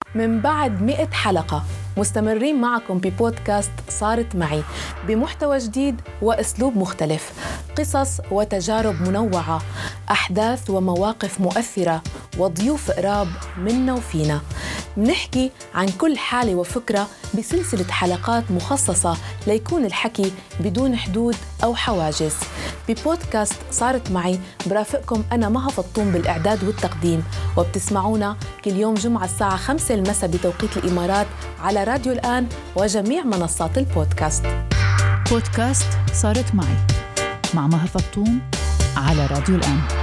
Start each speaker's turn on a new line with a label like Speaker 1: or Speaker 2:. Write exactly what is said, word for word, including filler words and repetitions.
Speaker 1: من بعد مئة حلقة مستمرين معكم ببودكاست صارت معي بمحتوى جديد وأسلوب مختلف، قصص وتجارب منوعة، أحداث ومواقف مؤثرة، وضيوف قراب منا وفينا. منحكي عن كل حالة وفكرة بسلسلة حلقات مخصصة ليكون الحكي بدون حدود أو حواجز. ببودكاست صارت معي برافقكم أنا مها فطوم بالإعداد والتقديم، وبتسمعونا كل يوم جمعة الساعة خمسة المساء بتوقيت الإمارات على راديو الآن وجميع منصات البودكاست.
Speaker 2: بودكاست صارت معي مع مها فطوم على راديو الآن.